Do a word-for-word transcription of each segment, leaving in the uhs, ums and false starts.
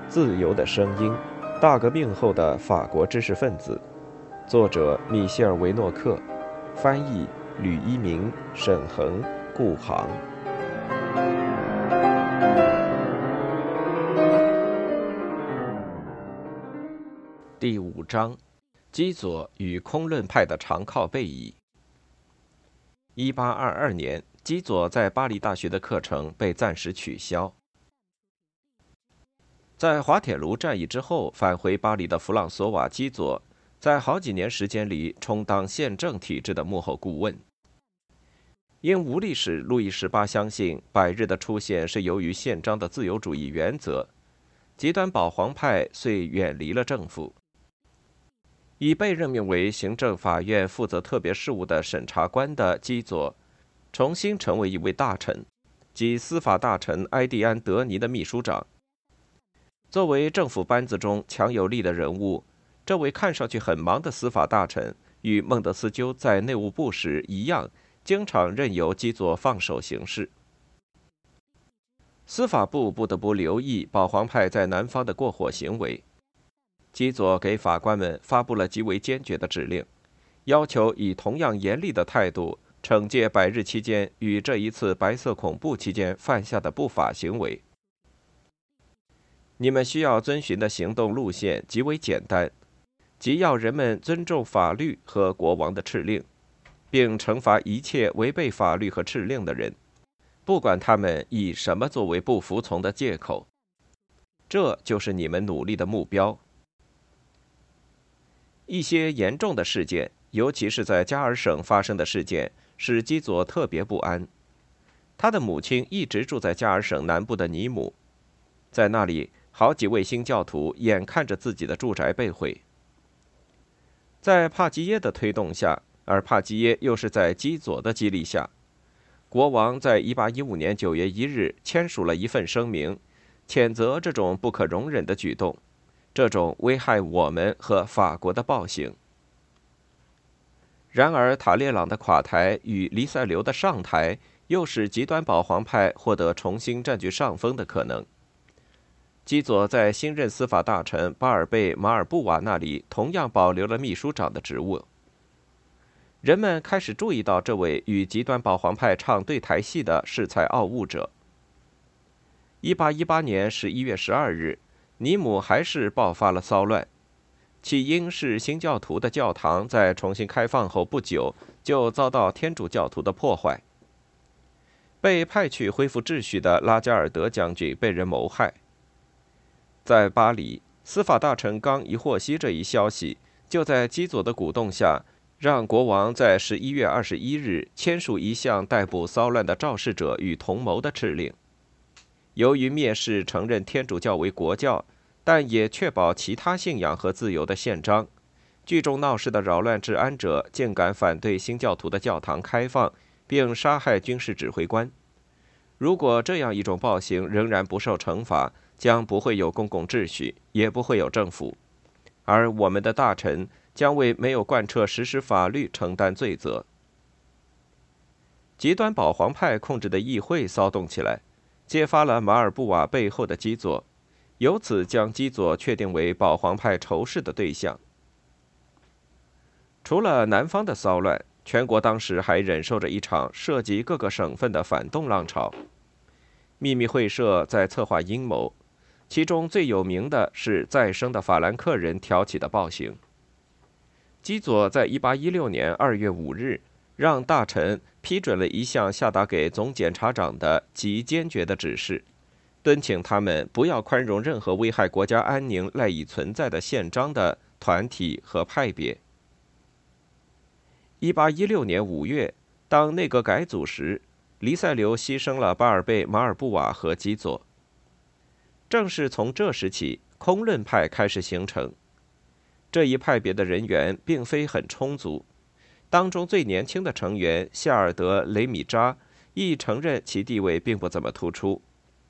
自由的声音》，大革命后的法国知识分子，作者米歇尔·维诺克，翻译吕一鸣、沈恒、顾航。第五章：基佐与空论派的常靠背倚。一八二二年，基佐在巴黎大学的课程被暂时取消。在滑铁卢战役之后返回巴黎的弗朗索瓦·基佐，在好几年时间里充当宪政体制的幕后顾问。因无力使路易十八相信百日的出现是由于宪章的自由主义原则，极端保皇派遂远离了政府。已被任命为行政法院负责特别事务的审查官的基佐，重新成为一位大臣，即司法大臣埃蒂安·德尼的秘书长。作为政府班子中强有力的人物，这位看上去很忙的司法大臣与孟德斯鸠在内务部时一样，经常任由基佐放手行事。司法部不得不留意保皇派在南方的过火行为。基佐给法官们发布了极为坚决的指令，要求以同样严厉的态度惩戒百日期间与这一次白色恐怖期间犯下的不法行为。你们需要遵循的行动路线极为简单，即要人们尊重法律和国王的敕令，并惩罚一切违背法律和敕令的人，不管他们以什么作为不服从的借口。这就是你们努力的目标。一些严重的事件，尤其是在加尔省发生的事件，使基佐特别不安。他的母亲一直住在加尔省南部的尼姆，在那里，好几位新教徒眼看着自己的住宅被毁。在帕基耶的推动下，而帕基耶又是在基佐的激励下，国王在一八一五年九月一日签署了一份声明，谴责这种不可容忍的举动，这种危害我们和法国的暴行。然而，塔列朗的垮台与黎塞留的上台，又使极端保皇派获得重新占据上风的可能。基佐在新任司法大臣巴尔贝·马尔布瓦那里同样保留了秘书长的职务。人们开始注意到这位与极端保皇派唱对台戏的恃才傲物者。一八一八年十一月十二日，尼姆还是爆发了骚乱，起因是新教徒的教堂在重新开放后不久就遭到天主教徒的破坏。被派去恢复秩序的拉加尔德将军被人谋害。在巴黎，司法大臣刚一获悉这一消息，就在基佐的鼓动下，让国王在十一月二十一日签署一项逮捕骚乱的肇事者与同谋的敕令。由于蔑视承认天主教为国教，但也确保其他信仰和自由的宪章，聚众闹事的扰乱治安者竟敢反对新教徒的教堂开放，并杀害军事指挥官。如果这样一种暴行仍然不受惩罚，将不会有公共秩序，也不会有政府，而我们的大臣将为没有贯彻实施法律承担罪责。极端保皇派控制的议会骚动起来，揭发了马尔布瓦背后的基佐，由此将基佐确定为保皇派仇视的对象。除了南方的骚乱，全国当时还忍受着一场涉及各个省份的反动浪潮。秘密会社在策划阴谋，其中最有名的是再生的法兰克人挑起的暴行。基佐在一八一六年二月五日让大臣批准了一项下达给总检察长的极坚决的指示，敦请他们不要宽容任何危害国家安宁赖以存在的宪章的团体和派别。一八一六年五月，当内阁改组时，黎塞留牺牲了巴尔贝、马尔布瓦和基佐。正是从这时起，空论派开始形成。这一派别的人员并非很充足，当中最年轻的成员夏尔德·雷米扎亦承认其地位并不怎么突出。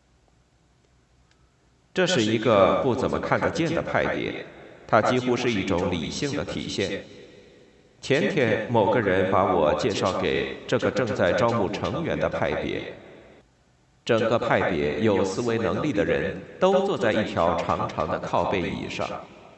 这是一个不怎么看得见的派别，它几乎是一种理性的体现。前天某个人把我介绍给这个正在招募成员的派别。 整个派别有思维能力的人都坐在一条长长的靠背椅上。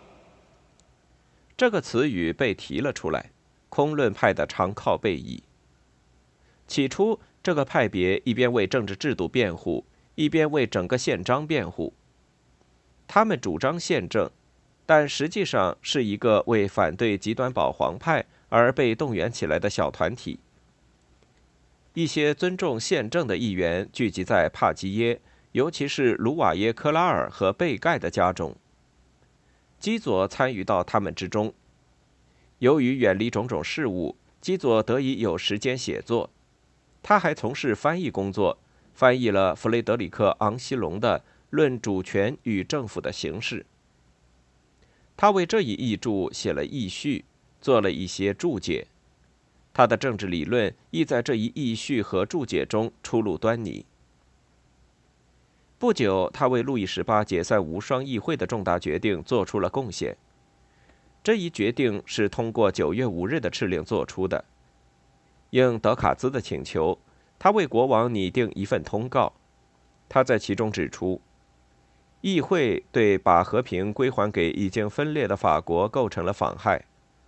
这个词语被提了出来，空论派的长靠背椅。起初，这个派别一边为政治制度辩护，一边为整个宪章辩护。他们主张宪政，但实际上是一个为反对极端保皇派而被动员起来的小团体。一些尊重宪政的议员聚集在帕基耶，尤其是卢瓦耶科拉尔和贝盖的家中。基佐参与到他们之中。由于远离种种事务，基佐得以有时间写作。他还从事翻译工作，翻译了弗雷德里克·昂西龙的《论主权与政府的形式》。他为这一译著写了译序，做了一些注解。他的政治理论亦在这一译序和注解中初露端倪。不久，他为路易十八解散无双议会的重大决定做出了贡献。这一决定是通过九月五日的敕令做出的。应德卡兹的请求，他为国王拟定一份通告。他在其中指出，议会对把和平归还给已经分裂的法国构成了妨害。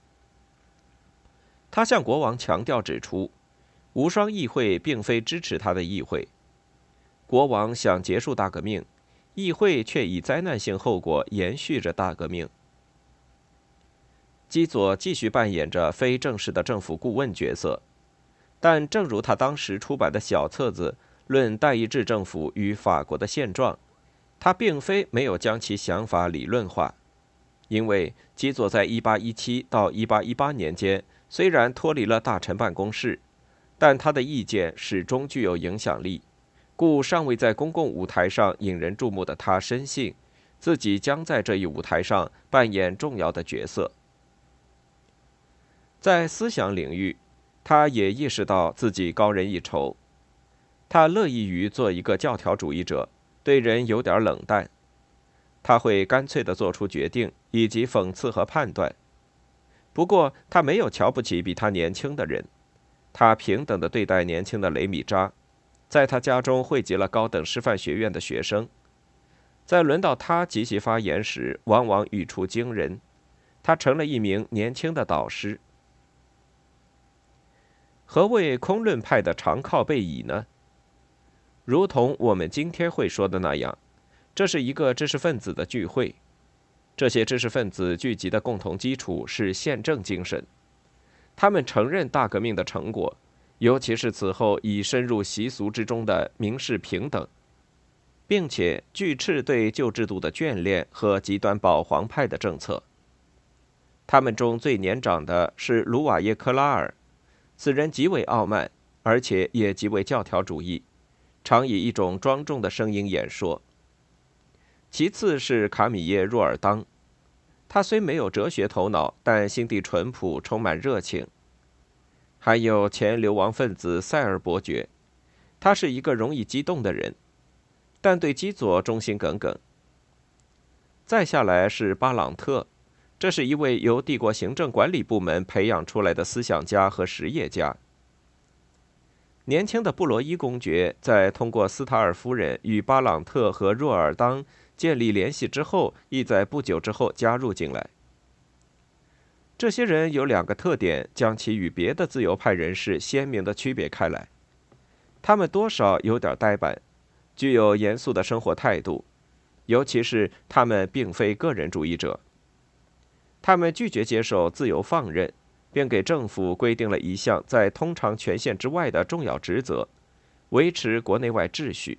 他向国王强调指出，无双议会并非支持他的议会。国王想结束大革命，议会却以灾难性后果延续着大革命。基佐继续扮演着非正式的政府顾问角色，但正如他当时出版的小册子《论代议制政府与法国的现状》，他并非没有将其想法理论化。因为基佐在一八一七到一八一八年间虽然脱离了大臣办公室，但他的意见始终具有影响力，故尚未在公共舞台上引人注目的他深信自己将在这一舞台上扮演重要的角色。在思想领域，他也意识到自己高人一筹。他乐意于做一个教条主义者，对人有点冷淡。他会干脆地做出决定，以及讽刺和判断。不过，他没有瞧不起比他年轻的人。他平等地对待年轻的雷米扎，在他家中汇集了高等师范学院的学生。在轮到他即席发言时，往往语出惊人。他成了一名年轻的导师。何谓空论派的长靠背椅呢？如同我们今天会说的那样，这是一个知识分子的聚会。这些知识分子聚集的共同基础是宪政精神。他们承认大革命的成果，尤其是此后已深入习俗之中的民事平等，并且拒斥对旧制度的眷恋和极端保皇派的政策。他们中最年长的是卢瓦耶科拉尔，此人极为傲慢，而且也极为教条主义，常以一种庄重的声音演说。其次是卡米耶·若尔当，他虽没有哲学头脑，但心地淳朴，充满热情。还有前流亡分子塞尔伯爵，他是一个容易激动的人，但对基佐忠心耿耿。再下来是巴朗特，这是一位由帝国行政管理部门培养出来的思想家和实业家。年轻的布罗伊公爵在通过斯塔尔夫人与巴朗特和若尔当建立联系之后，亦在不久之后加入进来。这些人有两个特点，将其与别的自由派人士鲜明地区别开来：他们多少有点呆板，具有严肃的生活态度，尤其是他们并非个人主义者。他们拒绝接受自由放任，并给政府规定了一项在通常权限之外的重要职责：维持国内外秩序。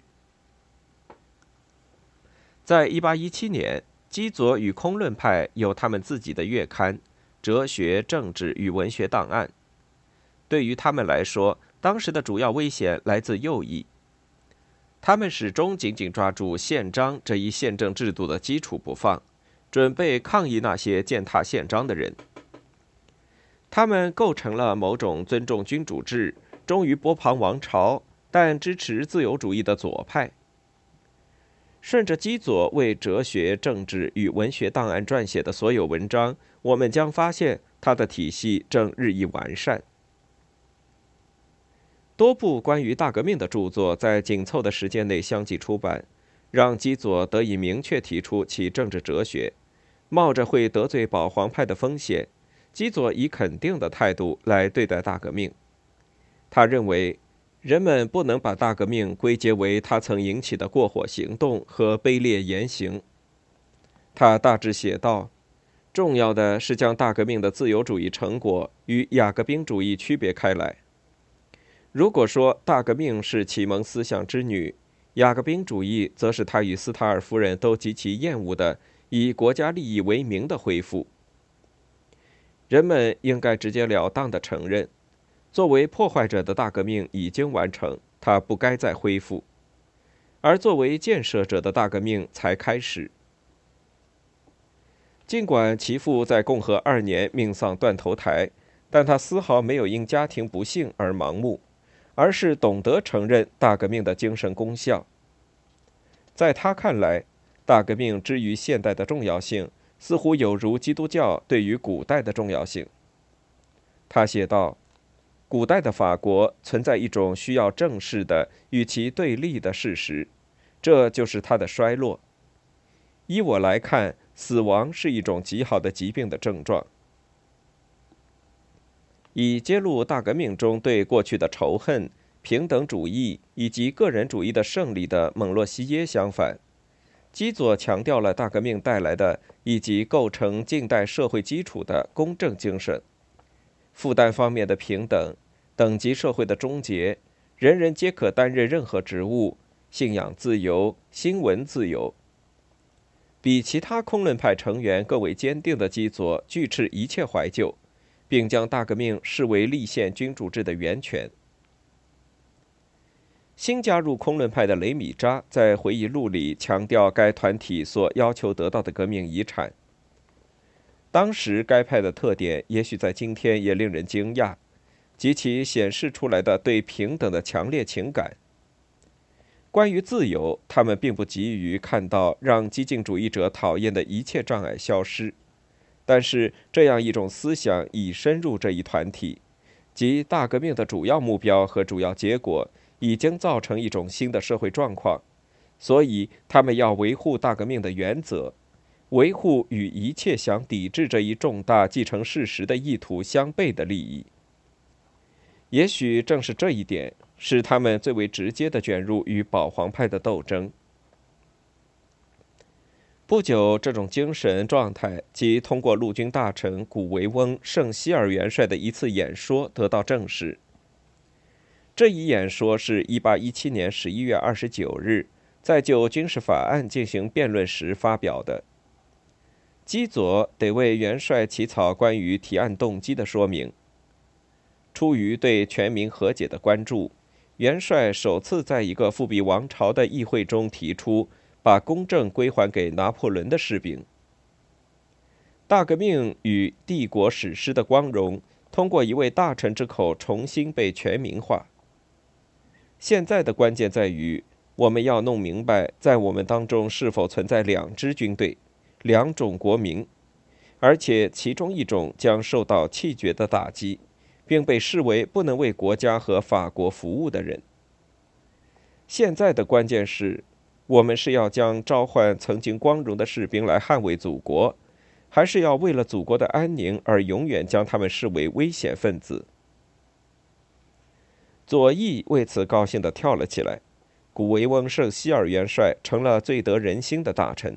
在一八一七年，基佐与空论派有他们自己的月刊《哲学、政治与文学档案》。对于他们来说，当时的主要危险来自右翼。他们始终紧紧抓住宪章这一宪政制度的基础不放，准备抗议那些践踏宪章的人。他们构成了某种尊重君主制、忠于波旁王朝，但支持自由主义的左派。顺着基佐为哲学、政治与文学档案撰写的所有文章，我们将发现他的体系正日益完善。 多部关于大革命的著作在紧凑的时间内相继出版，让基佐得以明确提出其政治哲学。冒着会得罪保皇派的风险，基佐以肯定的态度来对待大革命。他认为，人们不能把大革命归结为他曾引起的过火行动和卑劣言行。他大致写道：重要的是将大革命的自由主义成果与雅各宾主义区别开来。如果说大革命是启蒙思想之女，雅各宾主义则是他与斯塔尔夫人都极其厌恶的以国家利益为名的恢复。人们应该直截了当地承认，作为破坏者的大革命已经完成，它不该再恢复；而作为建设者的大革命才开始。尽管其父在共和二年命丧断头台，但他丝毫没有因家庭不幸而盲目，而是懂得承认大革命的精神功效。在他看来，大革命之于现代的重要性，似乎有如基督教对于古代的重要性。他写道：古代的法国存在一种需要正视的与其对立的事实，这就是它的衰落。依我来看，死亡是一种极好的疾病的症状。以揭露大革命中对过去的仇恨、平等主义以及个人主义的胜利的蒙洛西耶相反，基佐强调了大革命带来的以及构成近代社会基础的公正精神、负担方面的平等、等级社会的终结、人人皆可担任任何职务、信仰自由、新闻自由。比其他空论派成员更为坚定的基佐拒斥一切怀旧，并将大革命视为立宪君主制的源泉。新加入空论派的雷米扎在回忆录里强调该团体所要求得到的革命遗产。当时该派的特点也许在今天也令人惊讶，及其显示出来的对平等的强烈情感。关于自由，他们并不急于看到让激进主义者讨厌的一切障碍消失，但是这样一种思想已深入这一团体，即大革命的主要目标和主要结果已经造成一种新的社会状况，所以他们要维护大革命的原则，维护与一切想抵制这一重大既成事实的意图相悖的利益。也许正是这一点使他们最为直接地卷入与保皇派的斗争。不久，这种精神状态即通过陆军大臣古维翁·圣希尔元帅的一次演说得到证实。这一演说是一八一七年十一月二十九日在就军事法案进行辩论时发表的。基佐得为元帅起草关于提案动机的说明。出于对全民和解的关注，元帅首次在一个复辟王朝的议会中提出把公正归还给拿破仑的士兵。大革命与帝国史诗的光荣通过一位大臣之口重新被全民化。现在的关键在于，我们要弄明白在我们当中是否存在两支军队、两种国民，而且其中一种将受到气绝的打击，并被视为不能为国家和法国服务的人。现在的关键是，我们是要将召唤曾经光荣的士兵来捍卫祖国，还是要为了祖国的安宁而永远将他们视为危险分子？左翼为此高兴地跳了起来，古维翁·圣希尔元帅成了最得人心的大臣。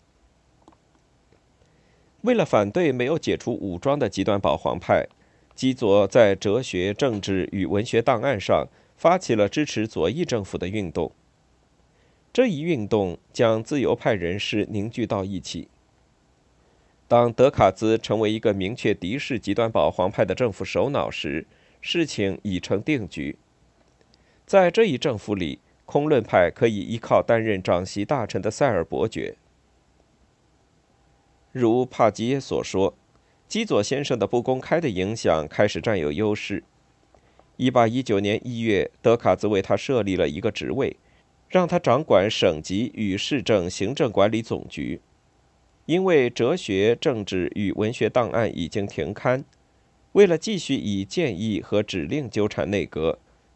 为了反对没有解除武装的极端保皇派，基佐在哲学、政治与文学档案上发起了支持左翼政府的运动。这一运动将自由派人士凝聚到一起。当德卡兹成为一个明确敌视极端保皇派的政府首脑时，事情已成定局。在这一政府里，空论派可以依靠担任长席大臣的塞尔伯爵。如帕吉耶所说，基佐先生的不公开的影响开始占有优势。一八一九年一月，德卡兹为他设立了一个职位，让他掌管省级与市政行政管理总局。因为哲学、政治与文学档案已经停刊，为了继续以建议和指令纠缠内阁，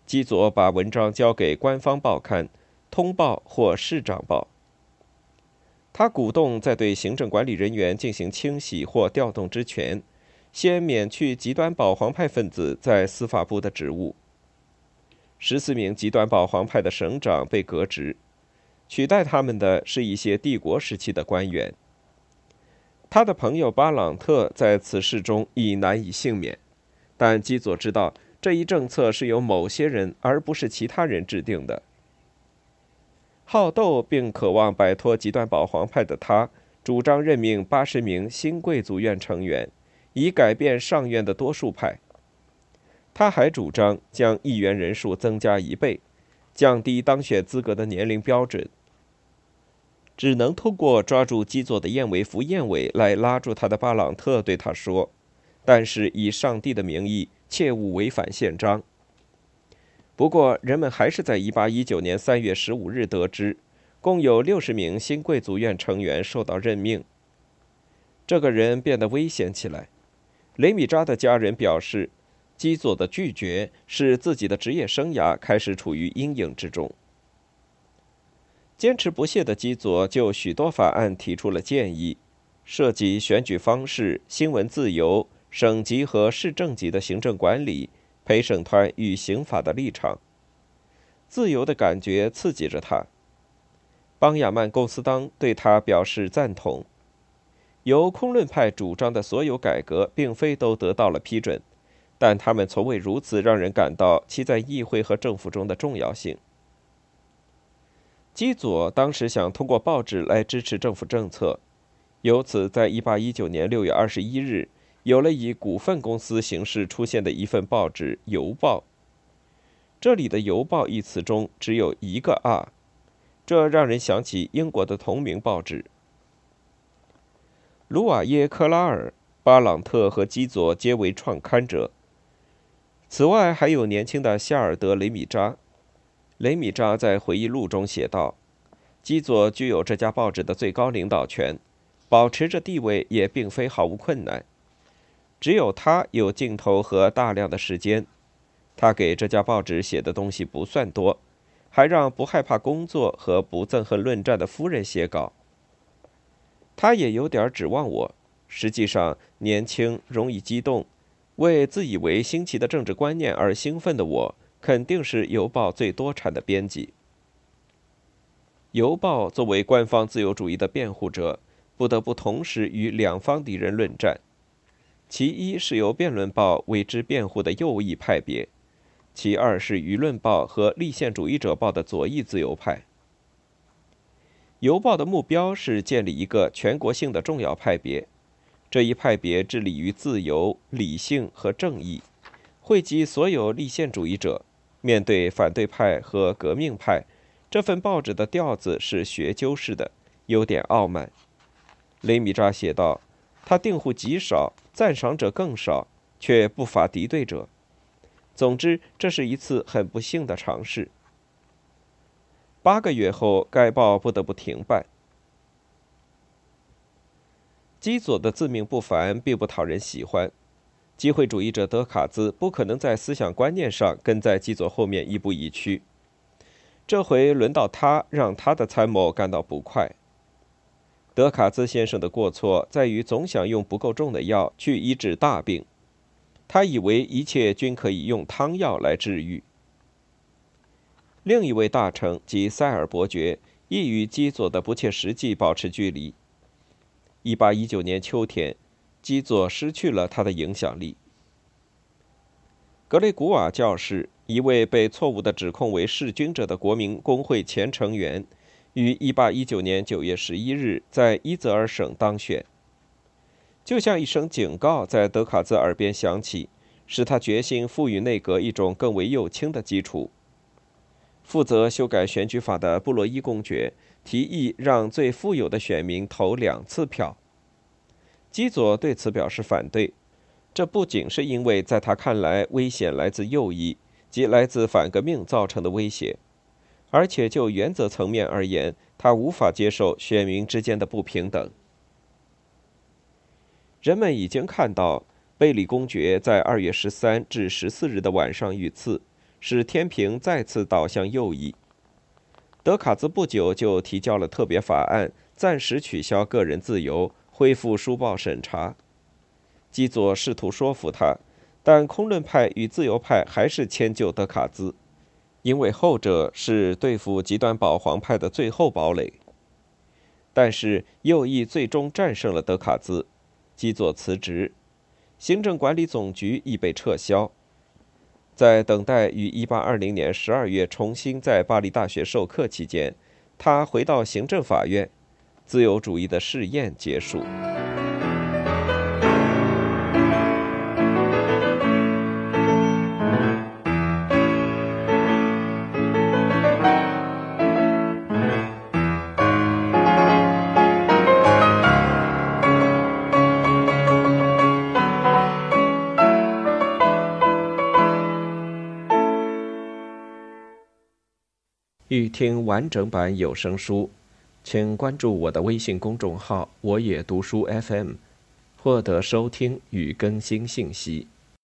基佐把文章交给官方报刊《通报》或《市长报》。他鼓动在对行政管理人员进行清洗或调动之前，先免去极端保皇派分子在司法部的职务。十四名极端保皇派的省长被革职，取代他们的是一些帝国时期的官员。他的朋友巴朗特在此事中已难以幸免，但基佐知道这一政策是由某些人而不是其他人制定的。好斗并渴望摆脱极端保皇派的他，主张任命八十名新贵族院成员，以改变上院的多数派。他还主张将议员人数增加一倍，降低当选资格的年龄标准。只能通过抓住基佐的燕尾服燕尾来拉住他的巴朗特对他说：“但是以上帝的名义，切勿违反宪章。”不过，人们还是在一八一九年三月十五日得知，共有六十名新贵族院成员受到任命。这个人变得危险起来。雷米扎的家人表示，基佐的拒绝使自己的职业生涯开始处于阴影之中。坚持不懈的基佐就许多法案提出了建议，涉及选举方式、新闻自由、省级和市政级的行政管理、陪审团与刑法的立场。自由的感觉刺激着他。邦雅曼·贡斯当对他表示赞同。由空论派主张的所有改革并非都得到了批准，但他们从未如此让人感到其在议会和政府中的重要性。基佐当时想通过报纸来支持政府政策，由此在一八一九年六月二十一日有了以股份公司形式出现的一份报纸《邮报》。这里的“邮报”一词中只有一个 R， 这让人想起英国的同名报纸。卢瓦耶·克拉尔、巴朗特和基佐皆为创刊者。此外，还有年轻的夏尔德·雷米扎。雷米扎在回忆录中写道：“基佐具有这家报纸的最高领导权，保持着地位也并非毫无困难。只有他有镜头和大量的时间。他给这家报纸写的东西不算多，还让不害怕工作和不憎恨论战的夫人写稿。他也有点指望我。实际上，年轻、容易激动，为自以为新奇的政治观念而兴奋的我，肯定是邮报最多产的编辑。邮报作为官方自由主义的辩护者，不得不同时与两方敌人论战。其一是由辩论报为之辩护的右翼派别，其二是舆论报和立宪主义者报的左翼自由派。邮报的目标是建立一个全国性的重要派别，这一派别致力于自由、理性和正义，汇集所有立宪主义者。面对反对派和革命派，这份报纸的调子是学究式的，有点傲慢。雷米扎写道：“他订户极少，赞赏者更少，却不乏敌对者。总之，这是一次很不幸的尝试。”八个月后，该报不得不停办。基佐的自命不凡并不讨人喜欢。机会主义者德卡兹不可能在思想观念上跟在基佐后面亦步亦趋。这回轮到他让他的参谋感到不快。德卡兹先生的过错在于总想用不够重的药去医治大病，他以为一切均可以用汤药来治愈。另一位大臣即塞尔伯爵亦与基佐的不切实际保持距离。一八一九年秋天，基佐失去了他的影响力。格雷古瓦教士，一位被错误地指控为弑君者的国民工会前成员，于一八一九年九月十一日在伊泽尔省当选。就像一声警告在德卡兹耳边响起，使他决心赋予内阁一种更为右倾的基础。负责修改选举法的布洛伊公爵提议让最富有的选民投两次票。基佐对此表示反对，这不仅是因为在他看来危险来自右翼及来自反革命造成的威胁，而且就原则层面而言，他无法接受选民之间的不平等。人们已经看到贝里公爵在二月十三至十四日的晚上遇刺， 使天平再次倒向右翼。德卡兹不久就提交了特别法案，暂时取消个人自由，恢复书报审查。基佐试图说服他，但空论派与自由派还是迁就德卡兹，因为后者是对付极端保皇派的最后堡垒。但是右翼最终战胜了德卡兹，基佐辞职，行政管理总局亦被撤销。在等待于一八二零年十二月重新在巴黎大学授课期间，他回到行政法院，自由主义的试验结束。欲听完整版有声书，请关注我的微信公众号“我也读书 F M”， 获得收听与更新信息。